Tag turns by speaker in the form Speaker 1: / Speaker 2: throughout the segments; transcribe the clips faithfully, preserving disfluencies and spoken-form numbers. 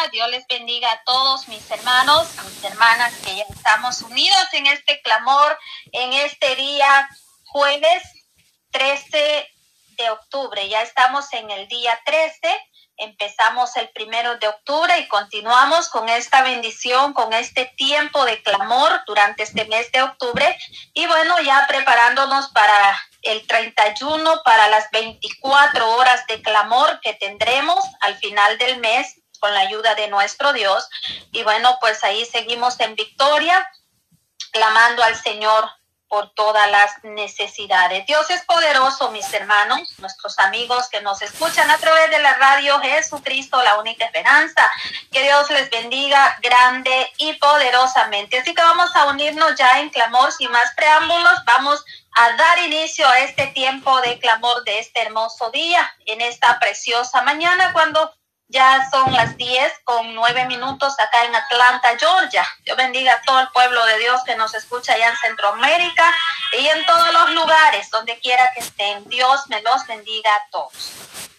Speaker 1: Dios les bendiga a todos mis hermanos, mis hermanas, que ya estamos unidos en este clamor, en este día jueves trece de octubre. Ya estamos en el día trece, empezamos el primero de octubre y continuamos con esta bendición, con este tiempo de clamor durante este mes de octubre. Y bueno, ya preparándonos para el treinta y uno, para las veinticuatro horas de clamor que tendremos al final del mes con la ayuda de nuestro Dios. Y bueno, pues ahí seguimos en victoria, clamando al Señor por todas las necesidades. Dios es poderoso, mis hermanos, nuestros amigos que nos escuchan a través de la radio Jesucristo, la única esperanza. Que Dios les bendiga grande y poderosamente. Así que vamos a unirnos ya en clamor. Sin más preámbulos, vamos a dar inicio a este tiempo de clamor de este hermoso día, en esta preciosa mañana, cuando ya son las diez con nueve minutos acá en Atlanta, Georgia. Dios bendiga a todo el pueblo de Dios que nos escucha allá en Centroamérica y en todos los lugares, donde quiera que estén. Dios me los bendiga a todos.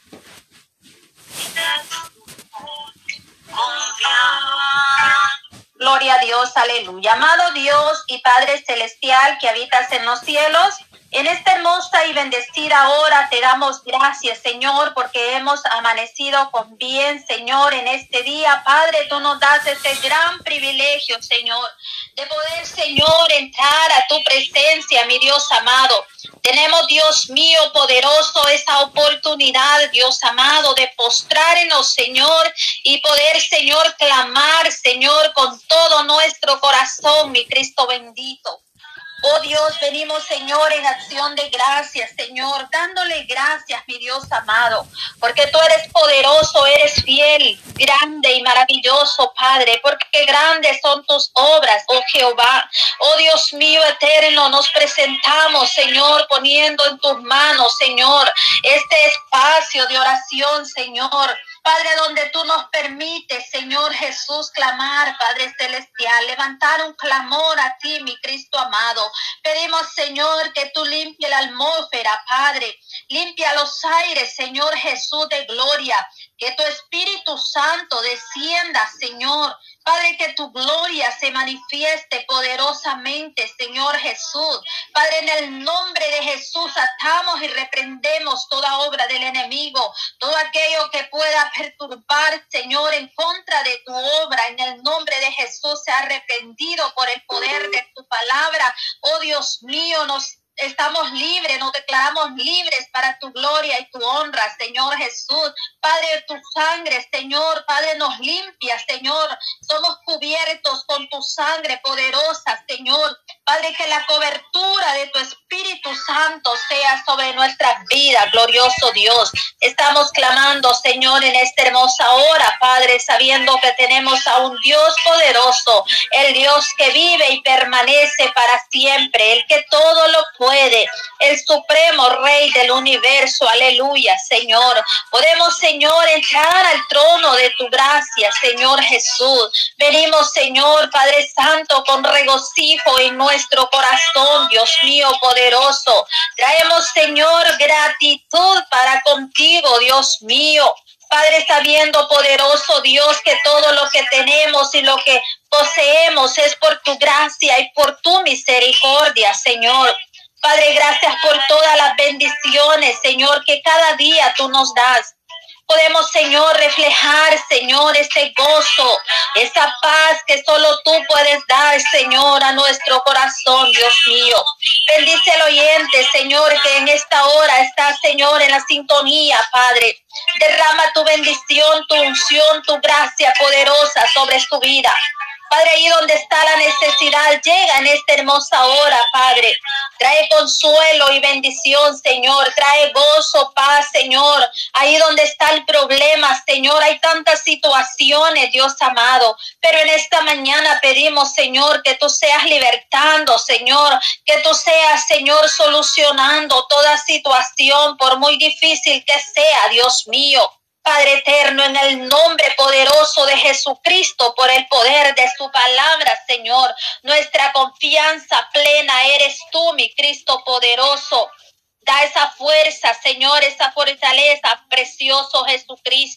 Speaker 1: Gloria a Dios, aleluya. Amado Dios y Padre Celestial que habitas en los cielos, en esta hermosa y bendecida hora te damos gracias, Señor, porque hemos amanecido con bien, Señor, en este día. Padre, tú nos das ese gran privilegio, Señor, de poder, Señor, entrar a tu presencia, mi Dios amado. Tenemos, Dios mío, poderoso, esa oportunidad, Dios amado, de postrarnos, Señor, y poder, Señor, clamar, Señor, con todo nuestro corazón, mi Cristo bendito. Oh Dios, venimos, Señor, en acción de gracias, Señor, dándole gracias, mi Dios amado, porque tú eres poderoso, eres fiel, grande y maravilloso, Padre, porque grandes son tus obras, oh Jehová. Oh Dios mío eterno, nos presentamos, Señor, poniendo en tus manos, Señor, este espacio de oración, Señor. Padre, donde tú nos permites, Señor Jesús, clamar, Padre Celestial, levantar un clamor a ti, mi Cristo amado. Pedimos, Señor, que tú limpie la atmósfera, Padre. Limpia los aires, Señor Jesús de gloria. Que tu Espíritu Santo descienda, Señor. Padre, que tu gloria se manifieste poderosamente, Señor Jesús. Padre, en el nombre de Jesús atamos y reprendemos toda obra del enemigo, todo aquello que pueda perturbar, Señor, en contra de tu obra. En el nombre de Jesús se ha arrepentido por el poder de tu palabra. Oh Dios mío, nos estamos libres, nos declaramos libres para tu gloria y tu honra, Señor Jesús. Padre, tu sangre, Señor, Padre, nos limpia, Señor. Somos cubiertos con tu sangre poderosa, Señor. Padre, que la cobertura de tu Espíritu Santo sea sobre nuestras vidas, glorioso Dios. Estamos clamando, Señor, en esta hermosa hora, Padre, sabiendo que tenemos a un Dios poderoso, el Dios que vive y permanece para siempre, el que todo lo puede, el supremo Rey del universo. Aleluya, Señor. Podemos, Señor, entrar al trono de tu gracia, Señor Jesús. Venimos, Señor, Padre Santo, con regocijo en nuestro corazón, Dios mío poderoso. Traemos, Señor, gratitud para contigo, Dios mío. Padre, sabiendo, poderoso Dios, que todo lo que tenemos y lo que poseemos es por tu gracia y por tu misericordia, Señor. Padre, gracias por todas las bendiciones, Señor, que cada día tú nos das. Podemos, Señor, reflejar, Señor, este gozo, esa paz que solo tú puedes dar, Señor, a nuestro corazón, Dios mío. Bendice al oyente, Señor, que en esta hora está, Señor, en la sintonía, Padre. Derrama tu bendición, tu unción, tu gracia poderosa sobre su vida. Padre, ahí donde está la necesidad, llega en esta hermosa hora, Padre. Trae consuelo y bendición, Señor. Trae gozo, paz, Señor. Ahí donde está el problema, Señor. Hay tantas situaciones, Dios amado. Pero en esta mañana pedimos, Señor, que tú seas libertando, Señor. Que tú seas, Señor, solucionando toda situación, por muy difícil que sea, Dios mío. Padre eterno, en el nombre poderoso de Jesucristo, por el poder de su palabra, Señor, nuestra confianza plena eres tú, mi Cristo poderoso. Da esa fuerza, Señor, esa fortaleza, precioso Jesucristo.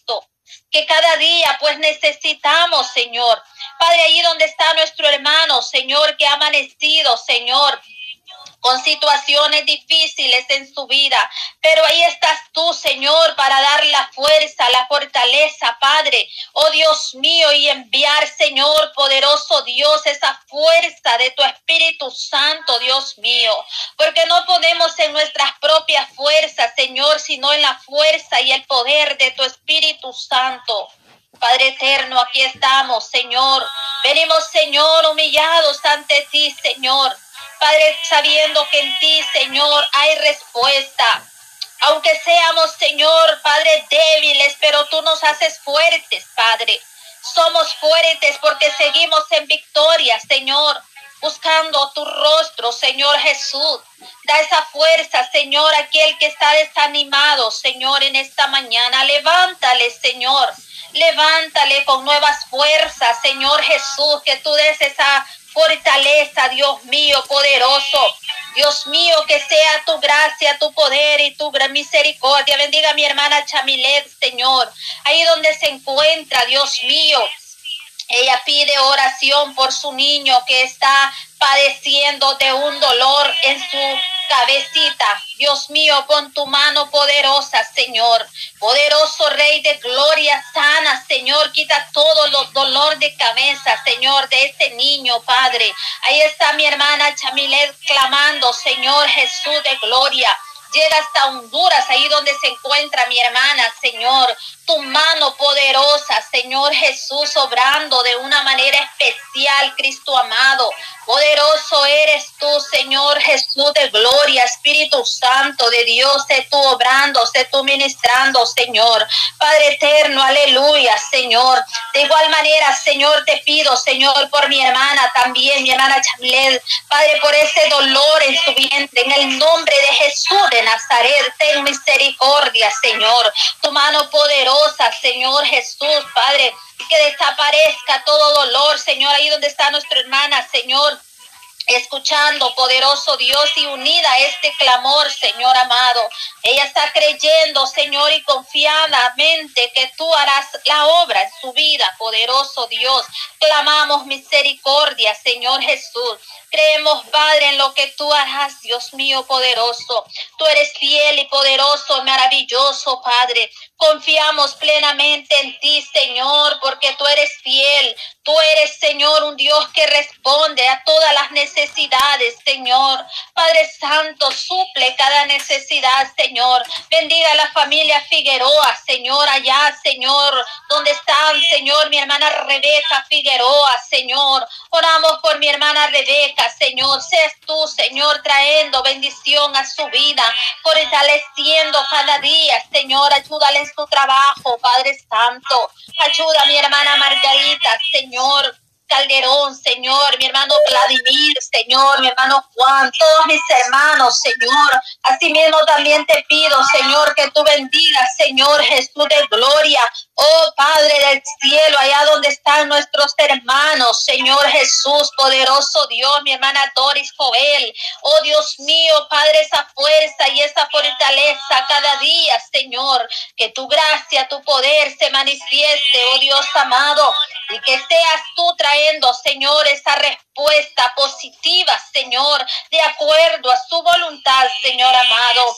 Speaker 1: que cada día pues necesitamos, Señor. Padre, ahí donde está nuestro hermano, Señor, que ha amanecido, Señor, con situaciones difíciles en su vida, pero ahí estás tú, Señor, para dar la fuerza, la fortaleza, Padre, oh Dios mío, y enviar, Señor, poderoso Dios, esa fuerza de tu Espíritu Santo, Dios mío, porque no podemos en nuestras propias fuerzas, Señor, sino en la fuerza y el poder de tu Espíritu Santo. Padre eterno, aquí estamos, Señor. Venimos, Señor, humillados ante ti, Señor. Padre, sabiendo que en ti, Señor, hay respuesta. Aunque seamos, Señor, Padre, débiles, pero tú nos haces fuertes, Padre. Somos fuertes porque seguimos en victoria, Señor, buscando tu rostro, Señor Jesús. Da esa fuerza, Señor, a aquel que está desanimado, Señor, en esta mañana. Levántale, Señor. Levántale con nuevas fuerzas, Señor Jesús, que tú des esa fortaleza, Dios mío, poderoso. Dios mío, que sea tu gracia, tu poder y tu gran misericordia. Bendiga a mi hermana Chamilet, Señor, ahí donde se encuentra, Dios mío. Ella pide oración por su niño que está padeciendo de un dolor en su cabecita. Dios mío, pon tu mano poderosa, Señor. Poderoso Rey de gloria, sana, Señor. Quita todo el dolor de cabeza, Señor, de este niño, Padre. Ahí está mi hermana Chamilet clamando, Señor Jesús de gloria. Llega hasta Honduras, ahí donde se encuentra mi hermana, Señor. Tu mano poderosa, Señor Jesús, obrando de una manera especial, Cristo amado. Poderoso eres tú, Señor Jesús de gloria, Espíritu Santo de Dios, sé tú obrando, sé tú ministrando, Señor. Padre eterno, aleluya, Señor. De igual manera, Señor, te pido, Señor, por mi hermana también, mi hermana Chamilet, Padre, por ese dolor en su vientre, en el nombre de Jesús de Nazaret, ten misericordia, Señor. Tu mano poderosa, Señor Jesús, Padre, que desaparezca todo dolor, Señor, ahí donde está nuestra hermana, Señor, escuchando, poderoso Dios, y unida a este clamor, Señor amado. Ella está creyendo, Señor, y confiadamente que tú harás la obra en su vida, poderoso Dios. Clamamos misericordia, Señor Jesús. Creemos, Padre, en lo que tú harás, Dios mío poderoso. Tú eres fiel y poderoso, maravilloso, Padre. Confiamos plenamente en ti, Señor, porque tú eres fiel. Tú eres, Señor, un Dios que responde a todas las necesidades, Señor. Padre Santo, suple cada necesidad, Señor. Bendiga a la familia Figueroa, Señor, allá, Señor, donde están, Señor, mi hermana Rebeca Figueroa, Señor. Oramos por mi hermana Rebeca, Señor. Seas tú, Señor, trayendo bendición a su vida, fortaleciendo cada día, Señor. Ayúdale en su trabajo, Padre Santo. Ayuda a mi hermana Margarita, Señor Calderón, Señor, mi hermano Vladimir, Señor, mi hermano Juan, todos mis hermanos, Señor. Asimismo también te pido, Señor, que tú bendigas, Señor Jesús de gloria. Oh Padre del cielo, allá donde están nuestros hermanos, Señor Jesús, poderoso Dios, mi hermana Doris Joel. Oh Dios mío, Padre, esa fuerza y esa fortaleza cada día, Señor. Que tu gracia, tu poder se manifieste, oh Dios amado, y que seas tú trayendo, Señor, esa respuesta positiva, Señor, de acuerdo a su voluntad, Señor amado.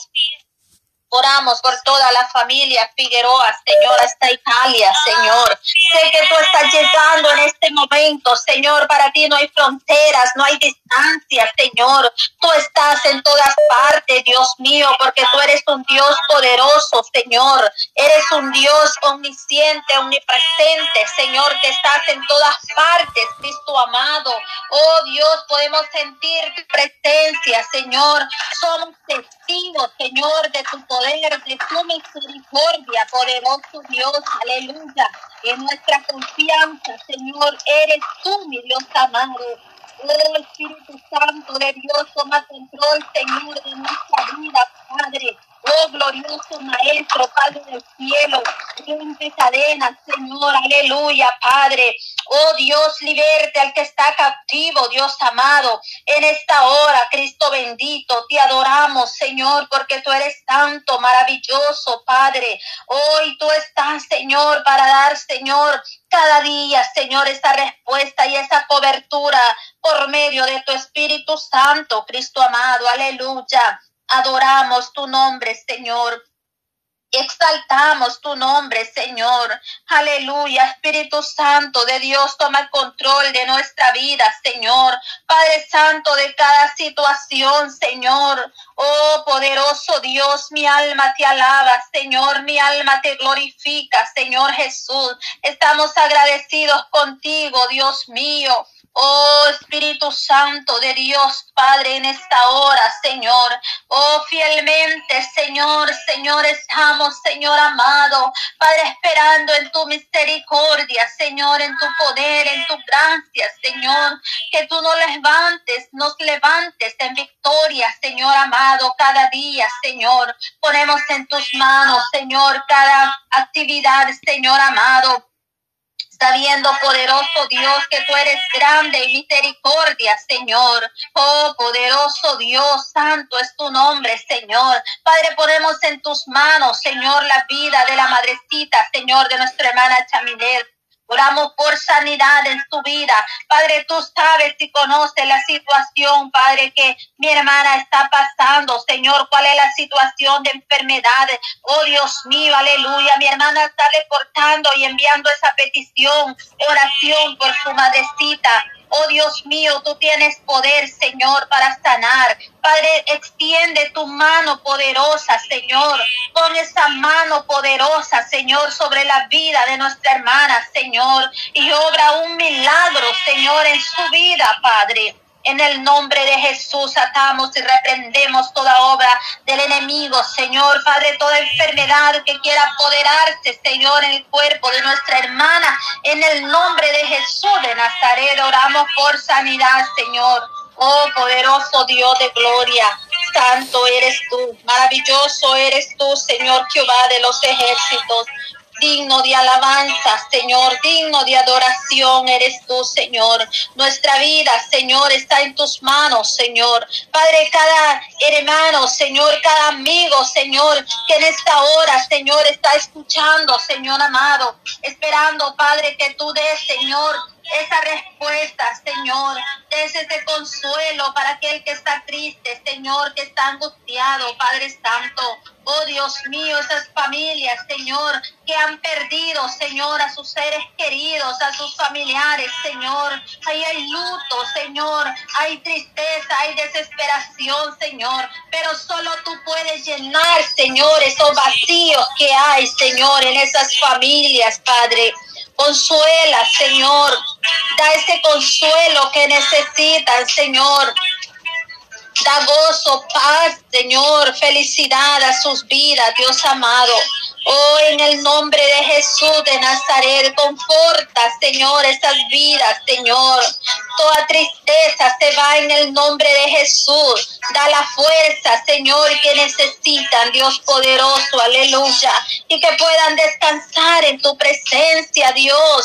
Speaker 1: Oramos por toda la familia Figueroa, Señor, hasta Italia, Señor. Sé que tú estás llegando en este momento, Señor. Para ti no hay fronteras, no hay distancias, Señor. Tú estás en todas partes, Dios mío, porque tú eres un Dios poderoso, Señor. Eres un Dios omnisciente, omnipresente, Señor, que estás en todas partes, Cristo amado. Oh Dios, podemos sentir tu presencia, Señor. Somos testigos, Señor, de tu poder, de tu misericordia, poderoso Dios, aleluya. En nuestra confianza, Señor, eres tú, mi Dios amado. Oh Espíritu Santo de Dios, toma control, Señor, de nuestra vida, Padre. Oh glorioso Maestro, Padre del cielo, rompe cadenas, Señor, aleluya, Padre. Oh Dios, liberte al que está cautivo, Dios amado. En esta hora, Cristo bendito, te adoramos, Señor, porque tú eres santo, maravilloso, Padre. Hoy tú estás, Señor, para dar, Señor, cada día, Señor, esa respuesta y esa cobertura por medio de tu Espíritu Santo, Cristo amado. Aleluya. Adoramos tu nombre, Señor. Exaltamos tu nombre, Señor. Aleluya. Espíritu Santo de Dios, toma el control de nuestra vida, Señor. Padre Santo, de cada situación, Señor. Oh, poderoso Dios, mi alma te alaba, Señor. Mi alma te glorifica, Señor Jesús. Estamos agradecidos contigo, Dios mío. Oh, Espíritu Santo de Dios, Padre, en esta hora, Señor. Oh, fielmente, Señor, Señor, estamos, Señor amado, Padre, esperando en tu misericordia, Señor, en tu poder, en tu gracia, Señor, que tú nos levantes, nos levantes en victoria, Señor amado, cada día, Señor. Ponemos en tus manos, Señor, cada actividad, Señor amado, sabiendo, poderoso Dios, que tú eres grande y misericordia, Señor. Oh, poderoso Dios, santo es tu nombre, Señor. Padre, ponemos en tus manos, Señor, la vida de la madrecita, Señor, de nuestra hermana Chamilet. Oramos por sanidad en su vida. Padre, tú sabes y conoces la situación, Padre, que mi hermana está pasando. Señor, cuál es la situación de enfermedad. Oh, Dios mío, aleluya. Mi hermana está reportando y enviando esa petición, oración por su madrecita. Oh, Dios mío, tú tienes poder, Señor, para sanar. Padre, extiende tu mano poderosa, Señor. Pon esa mano poderosa, Señor, sobre la vida de nuestra hermana, Señor. Y obra un milagro, Señor, en su vida, Padre. En el nombre de Jesús atamos y reprendemos toda obra del enemigo, Señor. Padre, toda enfermedad que quiera apoderarse, Señor, en el cuerpo de nuestra hermana. En el nombre de Jesús de Nazaret oramos por sanidad, Señor. Oh, poderoso Dios de gloria, santo eres tú, maravilloso eres tú, Señor Jehová de los ejércitos. Digno de alabanza, Señor, digno de adoración eres tú, Señor. Nuestra vida, Señor, está en tus manos, Señor. Padre, cada hermano, Señor, cada amigo, Señor, que en esta hora, Señor, está escuchando, Señor amado, esperando, Padre, que tú des, Señor, esa respuesta, Señor, des ese consuelo para aquel que está triste, Señor, que está angustiado, Padre Santo. Oh, Dios mío, esas familias, Señor, que han perdido, Señor, a sus seres queridos, a sus familiares, Señor. Ahí hay luto, Señor, hay tristeza, hay desesperación, Señor, pero solo tú puedes llenar, Señor, esos vacíos que hay, Señor, en esas familias, Padre. Consuela, Señor, da ese consuelo que necesitan, Señor. Da gozo, paz, Señor, felicidad a sus vidas, Dios amado. Oh, en el nombre de Jesús de Nazaret, conforta, Señor, esas vidas, Señor. Toda tristeza se va en el nombre de Jesús. Da la fuerza, Señor, que necesitan, Dios poderoso, aleluya. Y que puedan descansar en tu presencia, Dios.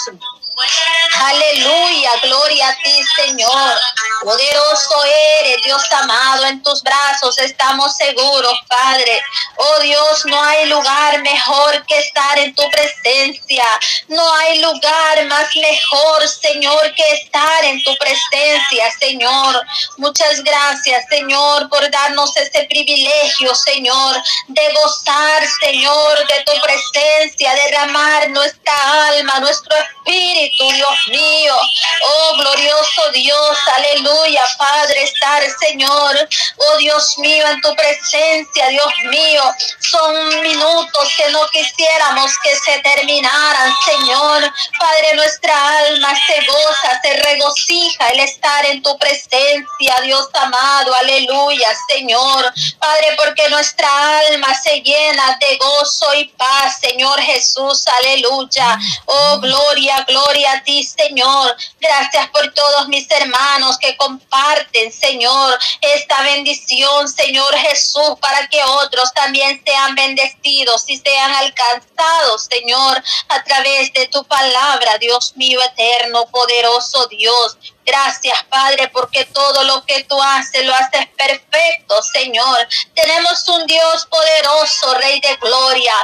Speaker 1: Aleluya, gloria a ti, Señor. Poderoso eres, Dios amado, en tus brazos estamos seguros, Padre. Oh Dios, no hay lugar mejor que estar en tu presencia. No hay lugar más mejor, Señor, que estar en tu presencia, Señor. Muchas gracias, Señor, por darnos este privilegio, Señor, de gozar, Señor, de tu presencia, derramar nuestra alma, nuestro espíritu, Dios mío. Oh, glorioso Dios, aleluya, Padre, estar, Señor, oh Dios mío, en tu presencia, Dios mío. Son minutos que no quisiéramos que se terminaran, Señor. Padre, nuestra alma se goza, se regocija el estar en tu presencia, Dios amado, aleluya, Señor. Padre, porque nuestra alma se llena de gozo y paz, Señor Jesús, aleluya. Oh, gloria, gloria gloria a ti, Señor. Gracias por todos mis hermanos que comparten, Señor, esta bendición, Señor Jesús, para que otros también sean bendecidos y sean alcanzados, Señor, a través de tu palabra, Dios mío eterno, poderoso Dios. Gracias, Padre, porque todo lo que tú haces, lo haces perfecto, Señor. Tenemos un Dios poderoso, Rey de gloria.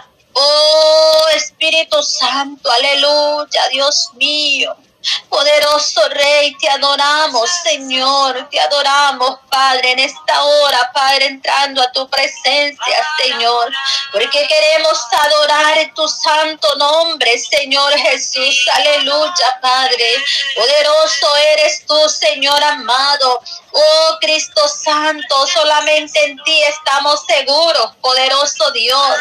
Speaker 1: Oh, Espíritu Santo, aleluya, Dios mío. Poderoso Rey, te adoramos, Señor, te adoramos, Padre, en esta hora, Padre, entrando a tu presencia, Señor, porque queremos adorar tu santo nombre, Señor Jesús, aleluya, Padre. Poderoso eres tú, Señor amado. Oh, Cristo Santo, solamente en ti estamos seguros, poderoso Dios.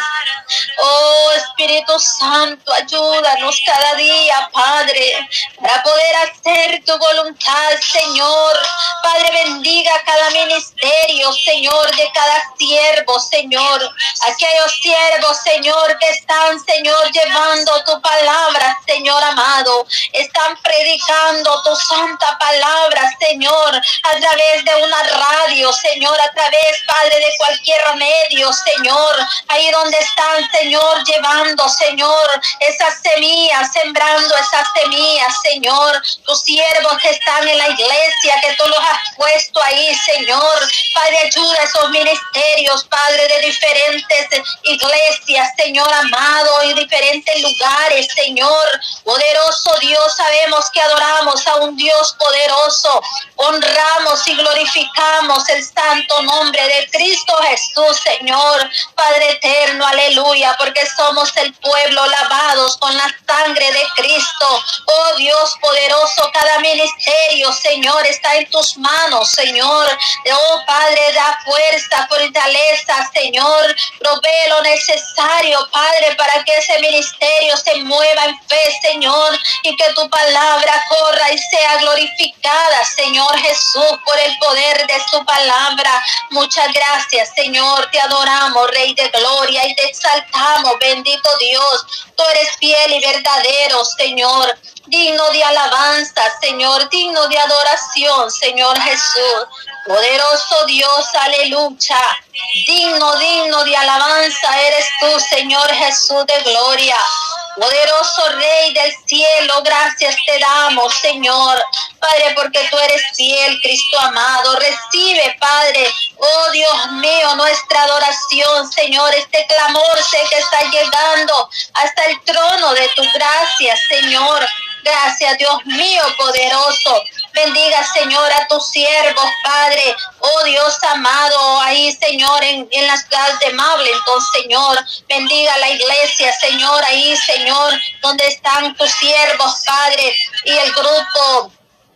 Speaker 1: Oh, Espíritu Santo, ayúdanos cada día, Padre, para poder hacer tu voluntad, Señor. Padre, bendiga cada ministerio, Señor, de cada siervo, Señor. Aquellos siervos, Señor, que están, Señor, llevando tu palabra, Señor amado. Están predicando tu santa palabra, Señor, a través de una radio, Señor, a través, Padre, de cualquier medio, Señor. Ahí donde están, Señor, llevando, Señor, esas semillas, sembrando esas semillas, Señor. Tus siervos que están en la iglesia, que tú los has puesto ahí, Señor. Padre, ayuda a esos ministerios, Padre, de diferentes iglesias, Señor amado, y diferentes lugares, Señor. Poderoso Dios, sabemos que adoramos a un Dios poderoso. Honramos y glorificamos el santo nombre de Cristo Jesús, Señor. Padre eterno, aleluya, porque somos el pueblo lavados con la sangre de Cristo. Oh Dios poderoso, cada ministerio, Señor, está en tus manos, Señor. Oh Padre, da fuerza, fortaleza, Señor. Provee lo necesario, Padre, para que ese ministerio se mueva en fe, Señor, y que tu palabra corra y sea glorificada, Señor Jesús, por el poder de su palabra. Muchas gracias, Señor. Te adoramos, Rey de gloria, y te exaltamos, bendito Dios. Tú eres fiel y verdadero, Señor. Digno de alabanza, Señor. Digno de adoración, Señor Jesús. Poderoso Dios, aleluya. Digno, digno de alabanza eres tú, Señor Jesús de gloria. Poderoso Rey del cielo, gracias te damos, Señor. Padre, porque tú eres fiel, Cristo amado. Recibe, Padre, oh Dios mío, nuestra adoración, Señor. Este clamor sé que está llegando hasta el trono de tu gracia, Señor. Gracias, Dios mío, poderoso. Bendiga, Señor, a tus siervos, Padre. Oh Dios amado, ahí, Señor, en, en las ciudades de Mableton, Señor. Bendiga la iglesia, Señor, ahí, Señor, donde están tus siervos, Padre, y el grupo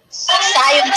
Speaker 1: Zion,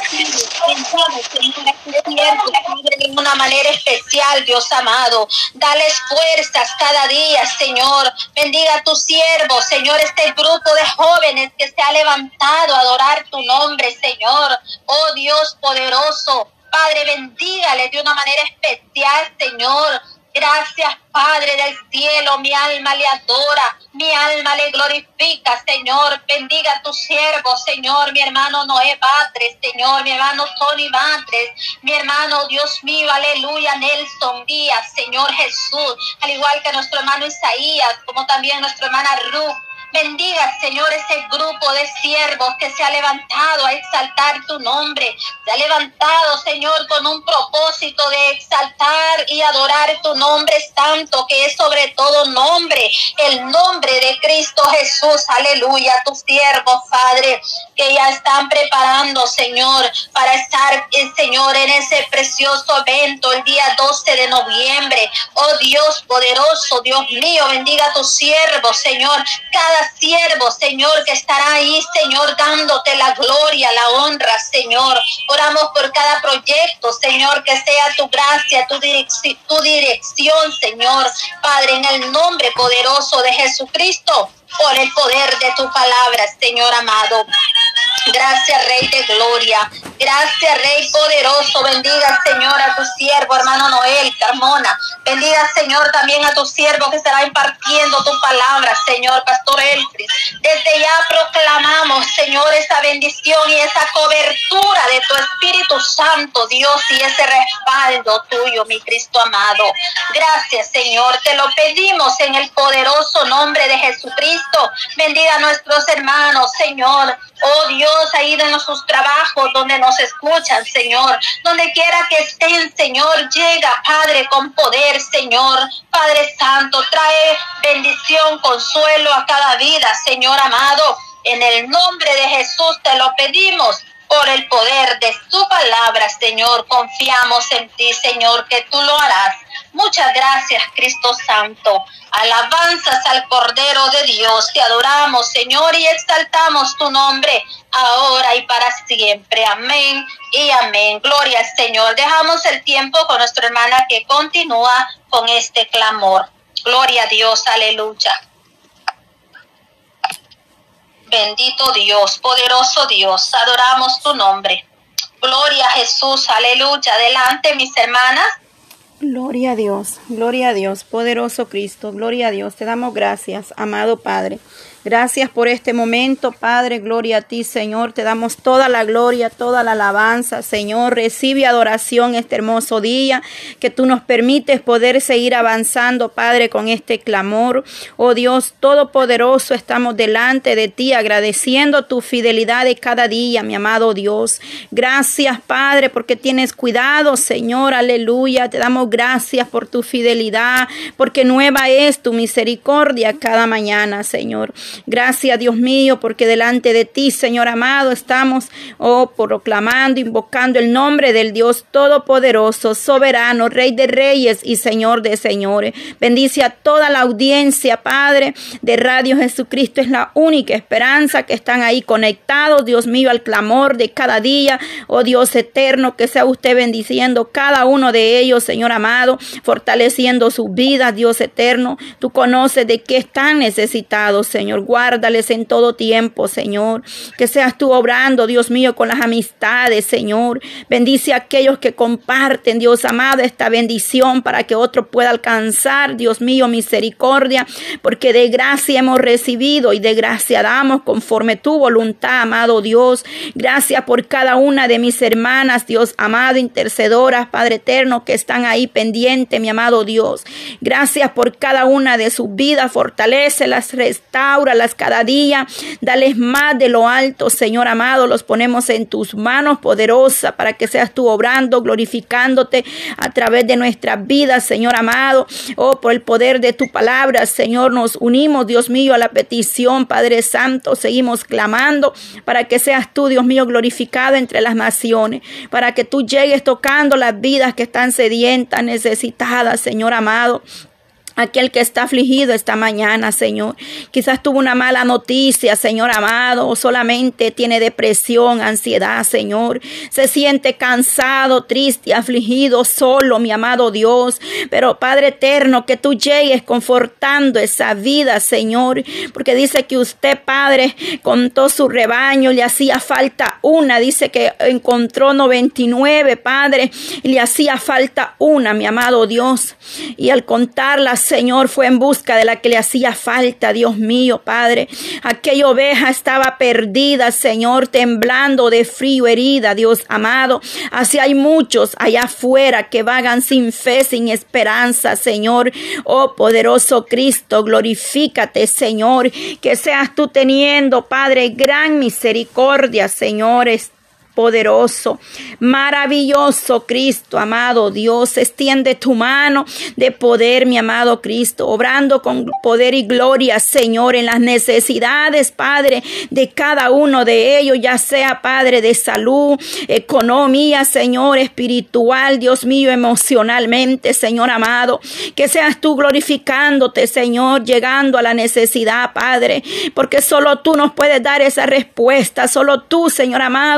Speaker 1: de una manera especial, Dios amado. Dales fuerzas cada día, Señor. Bendiga a tus siervos, Señor, este grupo de jóvenes que se ha levantado a adorar tu nombre, Señor. Oh Dios poderoso, Padre, bendígale de una manera especial, Señor. Gracias, Padre del cielo, mi alma le adora, mi alma le glorifica, Señor. Bendiga a tus siervos, Señor, mi hermano Noé Batres, Señor, mi hermano Tony Batres, mi hermano, Dios mío, aleluya, Nelson Díaz, Señor Jesús, al igual que nuestro hermano Isaías, como también nuestra hermana Ruth. Bendiga, Señor, ese grupo de siervos que se ha levantado a exaltar tu nombre. Se ha levantado, Señor, con un propósito de exaltar y adorar tu nombre santo, que es sobre todo nombre, el nombre de Cristo Jesús. Aleluya, tus siervos, Padre, que ya están preparando, Señor, para estar, Señor, en ese precioso evento el día doce de noviembre. Oh Dios poderoso, Dios mío, bendiga a tus siervos, Señor. Cada siervo, Señor, que estará ahí, Señor, dándote la gloria, la honra, Señor. Oramos por cada proyecto, Señor, que sea tu gracia, tu, direc- tu dirección, Señor. Padre, en el nombre poderoso de Jesucristo, por el poder de tu palabra, Señor amado. Gracias, Rey de gloria. Gracias, Rey poderoso. Bendiga, Señor, a tu siervo, hermano Noel Carmona. Bendiga, Señor, también a tu siervo que estará impartiendo tu palabra, Señor, Pastor Elfris. Desde ya proclamamos, Señor, esa bendición y esa cobertura de tu Espíritu Santo, Dios, y ese respaldo tuyo, mi Cristo amado. Gracias, Señor, te lo pedimos en el poderoso nombre de Jesucristo. Bendiga a nuestros hermanos, Señor. Oh Dios, ahí en sus trabajos donde nos escuchan, Señor. Donde quiera que estén, Señor, llega, Padre, con poder, Señor. Padre Santo, trae bendición, consuelo a cada vida, Señor amado. En el nombre de Jesús te lo pedimos. Por el poder de tu palabra, Señor, confiamos en ti, Señor, que tú lo harás. Muchas gracias, Cristo Santo. Alabanzas al Cordero de Dios. Te adoramos, Señor, y exaltamos tu nombre ahora y para siempre. Amén y amén. Gloria al Señor. Dejamos el tiempo con nuestra hermana que continúa con este clamor. Gloria a Dios. Aleluya. Bendito Dios, poderoso Dios, adoramos tu nombre. Gloria a Jesús, aleluya. Adelante, mis hermanas.
Speaker 2: Gloria a Dios, gloria a Dios, poderoso Cristo, gloria a Dios. Te damos gracias, amado Padre. Gracias por este momento, Padre, gloria a ti, Señor. Te damos toda la gloria, toda la alabanza, Señor. Recibe adoración este hermoso día, que tú nos permites poder seguir avanzando, Padre, con este clamor. Oh Dios todopoderoso, estamos delante de ti, agradeciendo tu fidelidad de cada día, mi amado Dios. Gracias, Padre, porque tienes cuidado, Señor, aleluya. Te damos gracias por tu fidelidad, porque nueva es tu misericordia cada mañana, Señor. Gracias, Dios mío, porque delante de ti, Señor amado, estamos, oh, proclamando, invocando el nombre del Dios Todopoderoso, soberano, Rey de Reyes y Señor de Señores. Bendice a toda la audiencia, Padre, de Radio Jesucristo. Es la única esperanza que están ahí conectados, Dios mío, al clamor de cada día. Oh Dios eterno, que sea usted bendiciendo cada uno de ellos, Señor amado, fortaleciendo sus vidas, Dios eterno. Tú conoces de qué están necesitados, Señor. Guárdales en todo tiempo, Señor. Que seas tú obrando, Dios mío, con las amistades, Señor. Bendice a aquellos que comparten, Dios amado, esta bendición para que otro pueda alcanzar, Dios mío, misericordia. Porque de gracia hemos recibido y de gracia damos conforme tu voluntad, amado Dios. Gracias por cada una de mis hermanas, Dios amado, intercedoras, Padre eterno, que están ahí pendientes, mi amado Dios. Gracias por cada una de sus vidas. Fortalécelas, restaura cada día, dales más de lo alto, Señor amado. Los ponemos en tus manos poderosas para que seas tú obrando, glorificándote a través de nuestras vidas, Señor amado. Oh, por el poder de tu palabra, Señor, nos unimos, Dios mío, a la petición, Padre Santo. Seguimos clamando para que seas tú, Dios mío, glorificado entre las naciones, para que tú llegues tocando las vidas que están sedientas, necesitadas, Señor amado. Aquel que está afligido esta mañana, Señor, quizás tuvo una mala noticia, Señor amado, o solamente tiene depresión, ansiedad, Señor. Se siente cansado, triste, afligido, solo, mi amado Dios. Pero Padre eterno, que tú llegues confortando esa vida, Señor, porque dice que usted, Padre, contó su rebaño, le hacía falta una. Dice que encontró noventa y nueve, Padre, y le hacía falta una, mi amado Dios. Y al contarlas, Señor, fue en busca de la que le hacía falta, Dios mío, Padre. Aquella oveja estaba perdida, Señor, temblando de frío, herida, Dios amado. Así hay muchos allá afuera que vagan sin fe, sin esperanza, Señor. Oh, poderoso Cristo, glorifícate, Señor. Que seas tú teniendo, Padre, gran misericordia, señores. Poderoso, maravilloso Cristo, amado Dios, extiende tu mano de poder, mi amado Cristo, obrando con poder y gloria, Señor, en las necesidades, Padre, de cada uno de ellos, ya sea, Padre, de salud, economía, Señor, espiritual, Dios mío, emocionalmente, Señor amado, que seas tú glorificándote, Señor, llegando a la necesidad, Padre, porque solo tú nos puedes dar esa respuesta, solo tú, Señor amado,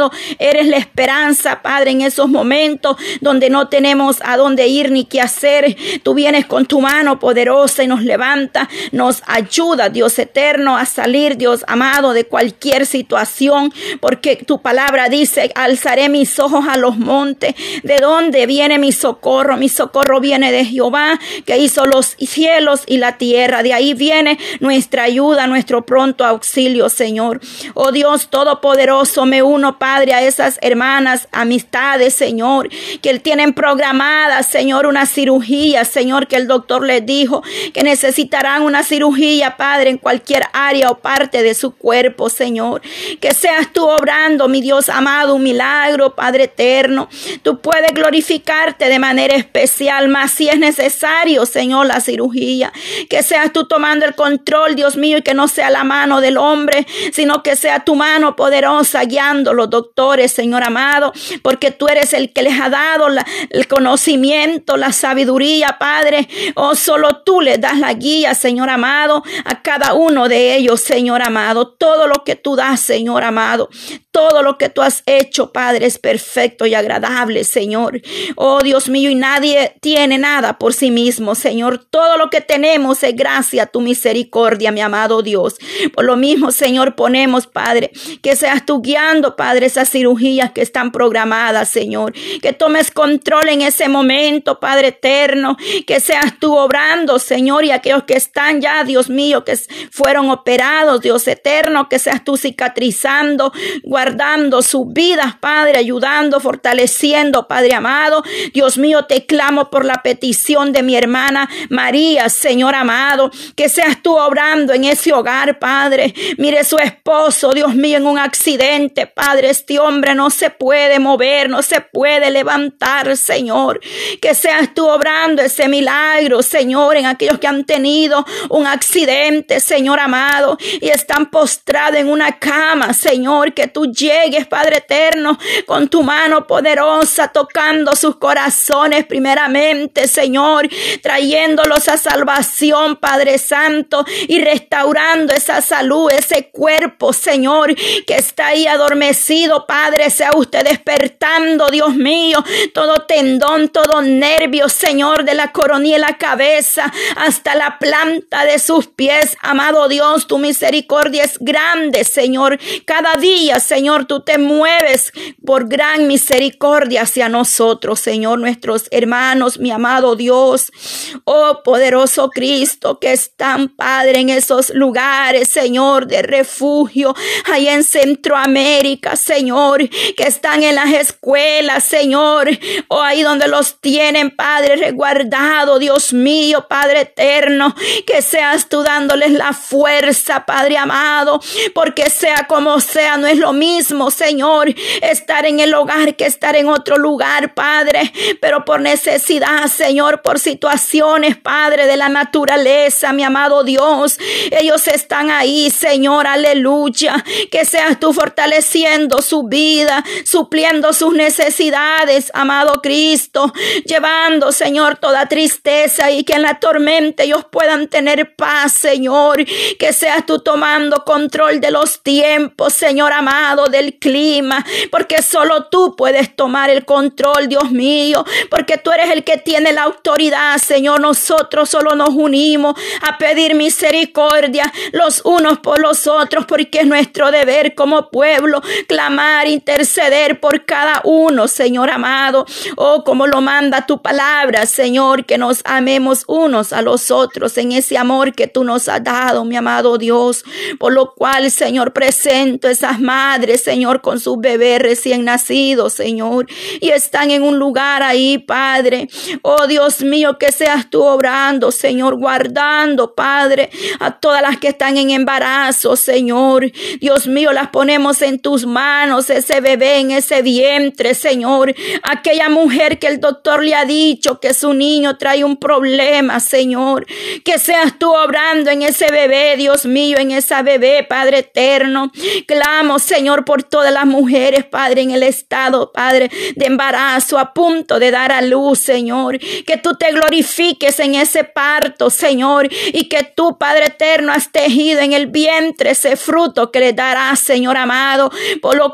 Speaker 2: eres la esperanza, Padre, en esos momentos donde no tenemos a dónde ir ni qué hacer. Tú vienes con tu mano poderosa y nos levanta, nos ayuda, Dios eterno, a salir, Dios amado, de cualquier situación, porque tu palabra dice: alzaré mis ojos a los montes. ¿De dónde viene mi socorro? Mi socorro viene de Jehová, que hizo los cielos y la tierra. De ahí viene nuestra ayuda, nuestro pronto auxilio, Señor. Oh Dios todopoderoso, me uno, Padre, a esas hermanas, amistades, Señor, que tienen programadas, Señor, una cirugía, Señor, que el doctor les dijo que necesitarán una cirugía, Padre, en cualquier área o parte de su cuerpo, Señor. Que seas tú obrando, mi Dios amado, un milagro, Padre eterno. Tú puedes glorificarte de manera especial, más si es necesario, Señor, la cirugía. Que seas tú tomando el control, Dios mío, y que no sea la mano del hombre, sino que sea tu mano poderosa guiando los doctores, Señor amado, porque tú eres el que les ha dado la, el conocimiento, la sabiduría, Padre. Oh, solo tú les das la guía, Señor amado, a cada uno de ellos, Señor amado. Todo lo que tú das, Señor amado, todo lo que tú has hecho, Padre, es perfecto y agradable, Señor. Oh, Dios mío, y nadie tiene nada por sí mismo, Señor. Todo lo que tenemos es gracias a tu misericordia, mi amado Dios. Por lo mismo, Señor, ponemos, Padre, que seas tú guiando, Padre, esas cirugías que están programadas, Señor. Que tomes control en ese momento, Padre eterno. Que seas tú obrando, Señor, y aquellos que están ya, Dios mío, que fueron operados, Dios eterno, que seas tú cicatrizando, guardando sus vidas, Padre, ayudando, fortaleciendo, Padre amado. Dios mío, te clamo por la petición de mi hermana María, Señor amado, que seas tú obrando en ese hogar, Padre. Mire su esposo, Dios mío, en un accidente, Padre. Este hombre no se puede mover, no se puede levantar, Señor. Que seas tú obrando ese milagro, Señor, en aquellos que han tenido un accidente, Señor amado, y están postrados en una cama, Señor. Que tú llegues, Padre eterno, con tu mano poderosa, tocando sus corazones primeramente, Señor, trayéndolos a salvación, Padre Santo, y restaurando esa salud, ese cuerpo, Señor, que está ahí adormecido, Padre. Sea usted despertando, Dios mío, todo tendón, todo nervio, Señor, de la coronilla de la cabeza hasta la planta de sus pies. Amado Dios, tu misericordia es grande, Señor. Cada día, Señor, tú te mueves por gran misericordia hacia nosotros, Señor, nuestros hermanos, mi amado Dios. Oh, poderoso Cristo, que están, Padre, en esos lugares, Señor, de refugio, allá en Centroamérica, Señor, que están en las escuelas, Señor, o oh, ahí donde los tienen, Padre, resguardado, Dios mío, Padre eterno, que seas tú dándoles la fuerza, Padre amado, porque sea como sea, no es lo mismo, Señor, estar en el hogar que estar en otro lugar, Padre, pero por necesidad, Señor, por situaciones, Padre, de la naturaleza, mi amado Dios, ellos están ahí, Señor, aleluya, que seas tú fortaleciendo su vida, supliendo sus necesidades, amado Cristo, llevando, Señor, toda tristeza, y que en la tormenta ellos puedan tener paz, Señor, que seas tú tomando control de los tiempos, Señor amado, del clima, porque solo tú puedes tomar el control, Dios mío, porque tú eres el que tiene la autoridad, Señor. Nosotros solo nos unimos a pedir misericordia los unos por los otros, porque es nuestro deber como pueblo clamar, interceder por cada uno, Señor amado. Oh, como lo manda tu palabra, Señor, que nos amemos unos a los otros en ese amor que tú nos has dado, mi amado Dios, por lo cual, Señor, presento esas madres, Señor, con sus bebés recién nacidos, Señor, y están en un lugar ahí, Padre. Oh, Dios mío, que seas tú obrando, Señor, guardando, Padre, a todas las que están en embarazo, Señor. Dios mío, las ponemos en tus manos, ese bebé en ese vientre, Señor. Aquella mujer que el doctor le ha dicho que su niño trae un problema, Señor. Que seas tú obrando en ese bebé, Dios mío, en esa bebé, Padre eterno. Clamo, Señor, por todas las mujeres, Padre, en el estado, Padre, de embarazo, a punto de dar a luz, Señor. Que tú te glorifiques en ese parto, Señor, y que tú, Padre eterno, has tejido en el vientre ese fruto que le darás, Señor amado. Por lo cual,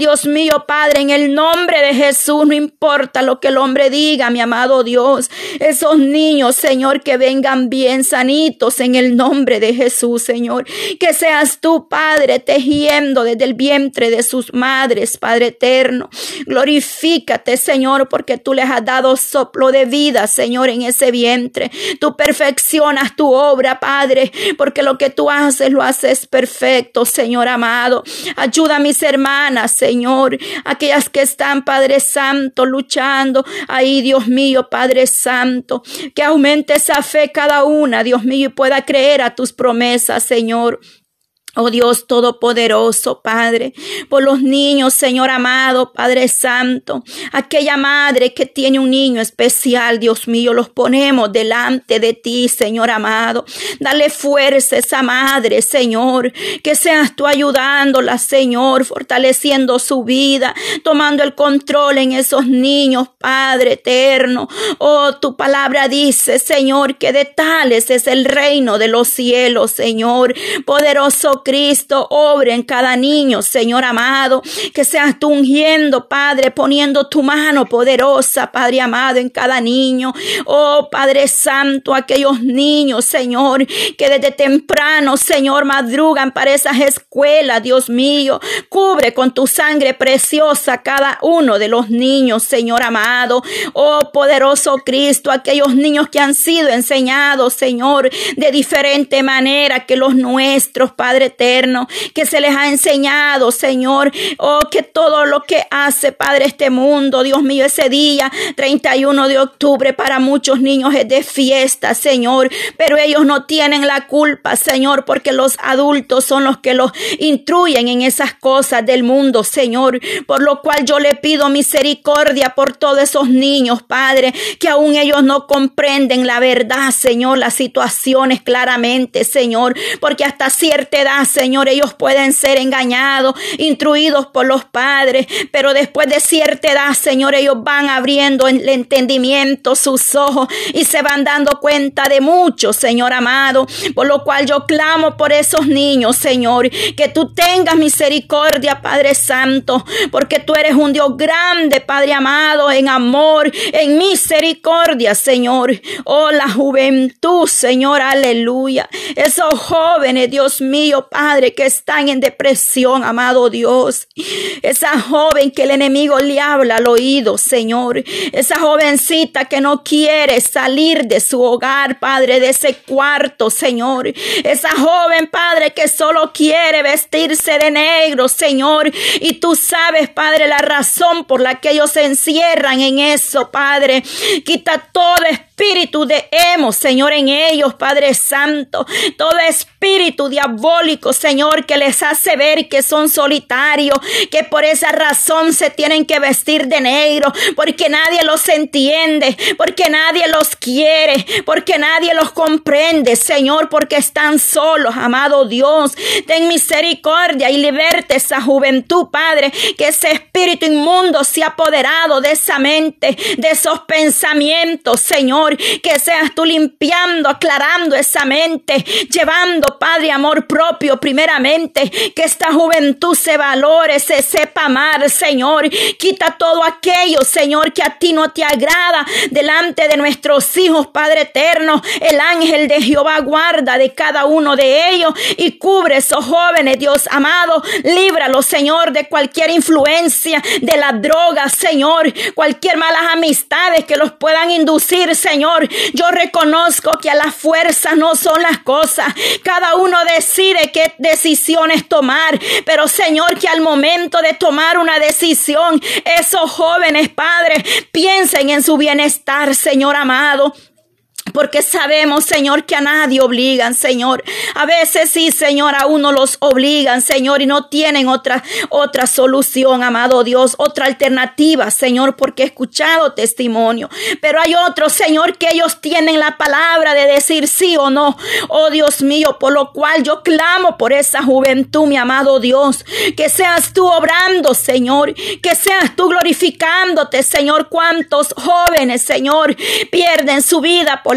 Speaker 2: Dios mío, Padre, en el nombre de Jesús, no importa lo que el hombre diga, mi amado Dios, esos niños, Señor, que vengan bien sanitos en el nombre de Jesús, Señor, que seas tú, Padre, tejiendo desde el vientre de sus madres, Padre eterno. Glorifícate, Señor, porque tú les has dado soplo de vida, Señor, en ese vientre. Tú perfeccionas tu obra, Padre, porque lo que tú haces, lo haces perfecto, Señor amado. Ayuda a mis hermanas, Señor, aquellas que están, Padre Santo, luchando ahí, Dios mío, Padre Santo, que aumente esa fe cada una, Dios mío, y pueda creer a tus promesas, Señor. Oh Dios todopoderoso, Padre, por los niños, Señor amado, Padre Santo, aquella madre que tiene un niño especial, Dios mío, los ponemos delante de ti, Señor amado. Dale fuerza a esa madre, Señor, que seas tú ayudándola, Señor, fortaleciendo su vida, tomando el control en esos niños, Padre eterno. Oh, tu palabra dice, Señor, que de tales es el reino de los cielos, Señor, poderoso Cristo, obra en cada niño, Señor amado, que seas tú ungiendo, Padre, poniendo tu mano poderosa, Padre amado, en cada niño. Oh, Padre Santo, aquellos niños, Señor, que desde temprano, Señor, madrugan para esas escuelas, Dios mío, cubre con tu sangre preciosa cada uno de los niños, Señor amado. Oh, poderoso Cristo, aquellos niños que han sido enseñados, Señor, de diferente manera que los nuestros, Padre eterno, que se les ha enseñado, Señor, oh, que todo lo que hace, Padre, este mundo, Dios mío, ese día treinta y uno de octubre para muchos niños es de fiesta, Señor, pero ellos no tienen la culpa, Señor, porque los adultos son los que los instruyen en esas cosas del mundo, Señor, por lo cual yo le pido misericordia por todos esos niños, Padre, que aún ellos no comprenden la verdad, Señor, las situaciones claramente, Señor, porque hasta cierta edad, Señor, ellos pueden ser engañados, instruidos por los padres, pero después de cierta edad, Señor, ellos van abriendo el entendimiento, sus ojos, y se van dando cuenta de mucho, Señor amado, por lo cual yo clamo por esos niños, Señor, que tú tengas misericordia, Padre Santo, porque tú eres un Dios grande, Padre amado, en amor, en misericordia, Señor. Oh, la juventud, Señor, aleluya, esos jóvenes, Dios mío, Padre, que están en depresión, amado Dios, esa joven que el enemigo le habla al oído, Señor, esa jovencita que no quiere salir de su hogar, Padre, de ese cuarto, Señor, esa joven, Padre, que solo quiere vestirse de negro, Señor, y tú sabes, Padre, la razón por la que ellos se encierran en eso, Padre. Quita todo espíritu de emo, Señor, en ellos, Padre Santo, todo espíritu diabólico, Señor, que les hace ver que son solitarios, que por esa razón se tienen que vestir de negro, porque nadie los entiende, porque nadie los quiere, porque nadie los comprende, Señor, porque están solos, amado Dios. Ten misericordia y liberte esa juventud, Padre, que ese espíritu inmundo se ha apoderado de esa mente, de esos pensamientos, Señor, que seas tú limpiando, aclarando esa mente, llevando, Padre, amor propio primeramente, que esta juventud se valore, se sepa amar, Señor. Quita todo aquello, Señor, que a ti no te agrada delante de nuestros hijos, Padre eterno. El ángel de Jehová guarda de cada uno de ellos y cubre esos jóvenes, Dios amado. Líbralos, Señor, de cualquier influencia de la droga, Señor, cualquier malas amistades que los puedan inducir, Señor. Yo reconozco que a la fuerza no son las cosas. Cada uno decide qué decisiones tomar, pero, Señor, que al momento de tomar una decisión, esos jóvenes, Padre, piensen en su bienestar, Señor amado. Porque sabemos, Señor, que a nadie obligan, Señor. A veces sí, Señor, a uno los obligan, Señor, y no tienen otra, otra solución, amado Dios, otra alternativa, Señor, porque he escuchado testimonio. Pero hay otros, Señor, que ellos tienen la palabra de decir sí o no. Oh, Dios mío, por lo cual yo clamo por esa juventud, mi amado Dios. Que seas tú obrando, Señor. Que seas tú glorificándote, Señor. Cuántos jóvenes, Señor, pierden su vida por la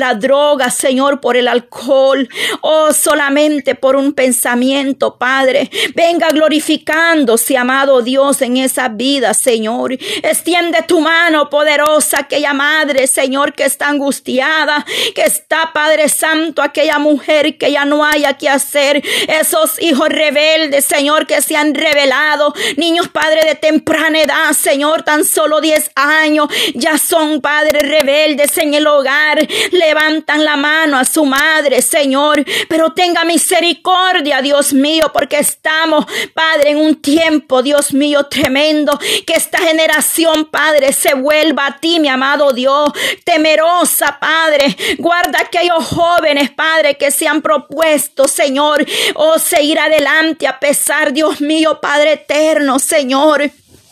Speaker 2: la droga, Señor, por el alcohol, oh, solamente por un pensamiento, Padre. Venga glorificándose, amado Dios, en esa vida, Señor. Extiende tu mano poderosa a aquella madre, Señor, que está angustiada, que está, Padre Santo, aquella mujer que ya no haya que hacer, esos hijos rebeldes, Señor, que se han rebelado, niños, Padre, de temprana edad, Señor, tan solo diez años, ya son, Padre, rebeldes en el hogar, levantan la mano a su madre, Señor, pero tenga misericordia, Dios mío, porque estamos, Padre, en un tiempo, Dios mío, tremendo, que esta generación, Padre, se vuelva a ti, mi amado Dios, temerosa, Padre. Guarda a aquellos jóvenes, Padre, que se han propuesto, Señor, oh, seguir adelante a pesar, Dios mío, Padre eterno, Señor.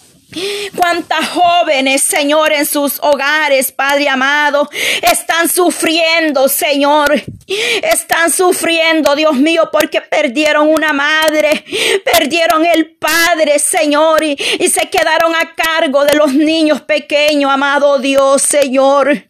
Speaker 2: Cuántas jóvenes, Señor, en sus hogares, Padre amado, están sufriendo, Señor. Están sufriendo, Dios mío, porque perdieron una madre, perdieron el padre, Señor, y, y se quedaron a cargo de los niños pequeños, amado Dios, Señor.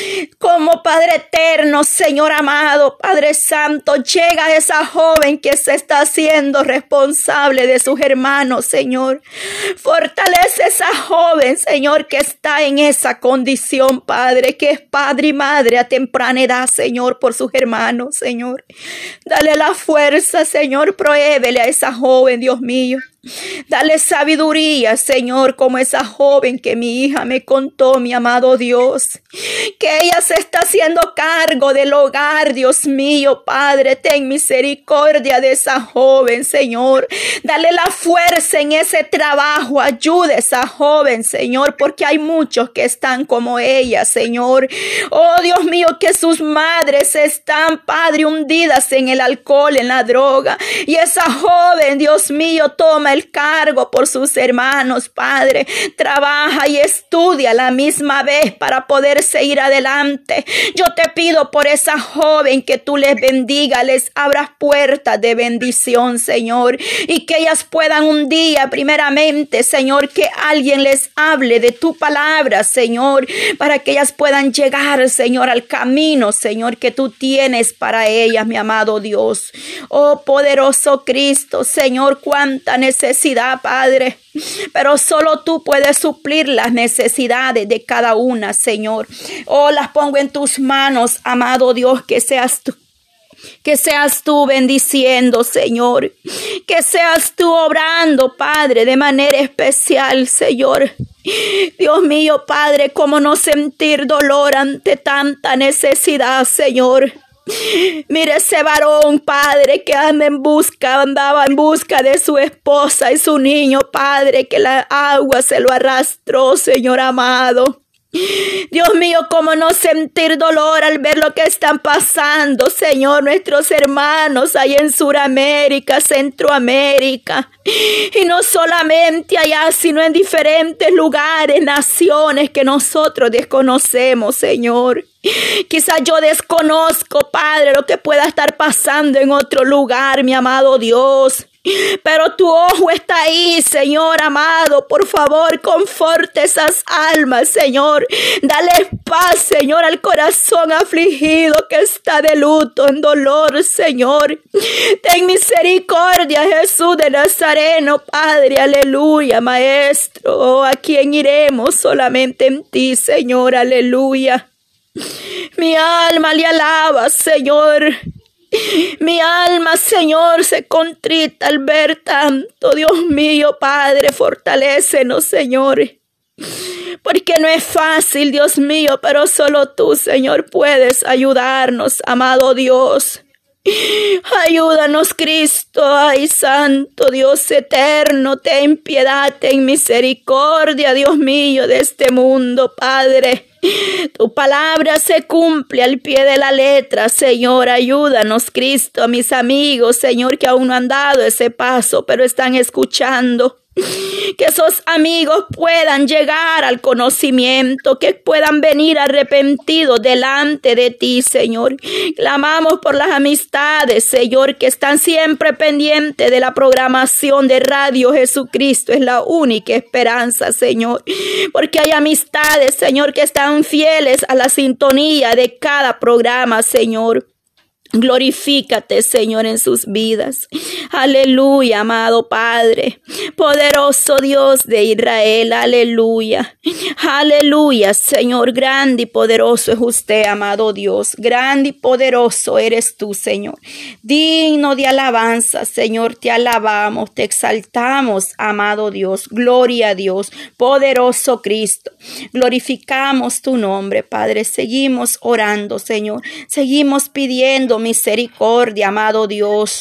Speaker 2: Como Padre eterno, Señor amado, Padre santo, llega a esa joven que se está haciendo responsable de sus hermanos, Señor. Fortalece a esa joven, Señor, que está en esa condición, Padre, que es padre y madre a temprana edad, Señor, por sus hermanos, Señor. Dale la fuerza, Señor, prohébele a esa joven, Dios mío. Dale sabiduría, Señor, como esa joven que mi hija me contó, mi amado Dios, que ella se está haciendo cargo del hogar, Dios mío, Padre, ten misericordia de esa joven, Señor. Dale la fuerza en ese trabajo, ayude a esa joven, Señor, porque hay muchos que están como ella, Señor. Oh, Dios mío, que sus madres están, Padre, hundidas en el alcohol, en la droga, y esa joven, Dios mío, toma el cargo por sus hermanos, Padre, trabaja y estudia a la misma vez para poder seguir adelante. Yo te pido por esa joven que tú les bendiga, les abras puertas de bendición, Señor, y que ellas puedan un día, primeramente, Señor, que alguien les hable de tu palabra, Señor, para que ellas puedan llegar, Señor, al camino, Señor, que tú tienes para ellas, mi amado Dios. Oh, poderoso Cristo, Señor, cuánta necesidad necesidad, Padre, pero solo tú puedes suplir las necesidades de cada una, Señor. Oh, las pongo en tus manos, amado Dios, que seas tú. Que seas tú bendiciendo, Señor. Que seas tú obrando, Padre, de manera especial, Señor. Dios mío, Padre, cómo no sentir dolor ante tanta necesidad, Señor. Mire ese varón, Padre, que anda en busca, andaba en busca de su esposa y su niño, Padre, que la agua se lo arrastró, Señor amado. Dios mío, cómo no sentir dolor al ver lo que están pasando, Señor, nuestros hermanos allá en Suramérica, Centroamérica, y no solamente allá, sino en diferentes lugares, naciones que nosotros desconocemos, Señor. Quizás yo desconozco, Padre, lo que pueda estar pasando en otro lugar, mi amado Dios. Pero tu ojo está ahí, Señor amado. Por favor, conforte esas almas, Señor. Dale paz, Señor, al corazón afligido que está de luto, en dolor, Señor. Ten misericordia, Jesús de Nazareno, Padre, aleluya, Maestro. Oh, ¿a quién iremos? Solamente en ti, Señor, aleluya. Mi alma le alaba, Señor. Mi alma, Señor, se contrita al ver tanto. Dios mío, Padre, fortalécenos, Señor. Porque no es fácil, Dios mío, pero solo tú, Señor, puedes ayudarnos, amado Dios. Ayúdanos, Cristo. Ay, Santo Dios eterno, ten piedad, ten misericordia, Dios mío, de este mundo, Padre. Tu palabra se cumple al pie de la letra, Señor. Ayúdanos, Cristo, a mis amigos, Señor, que aún no han dado ese paso, pero están escuchando. Que esos amigos puedan llegar al conocimiento, que puedan venir arrepentidos delante de ti, Señor. Clamamos por las amistades, Señor, que están siempre pendientes de la programación de Radio Jesucristo. Es la única esperanza, Señor. Porque hay amistades, Señor, que están fieles a la sintonía de cada programa, Señor. Glorifícate, Señor, en sus vidas. Aleluya, amado Padre, poderoso Dios de Israel. Aleluya, aleluya, Señor, grande y poderoso es usted, amado Dios. Grande y poderoso eres tú, Señor. Digno de alabanza, Señor, te alabamos, te exaltamos, amado Dios. Gloria a Dios, poderoso Cristo. Glorificamos tu nombre, Padre. Seguimos orando, Señor. Seguimos pidiendo misericordia, amado Dios.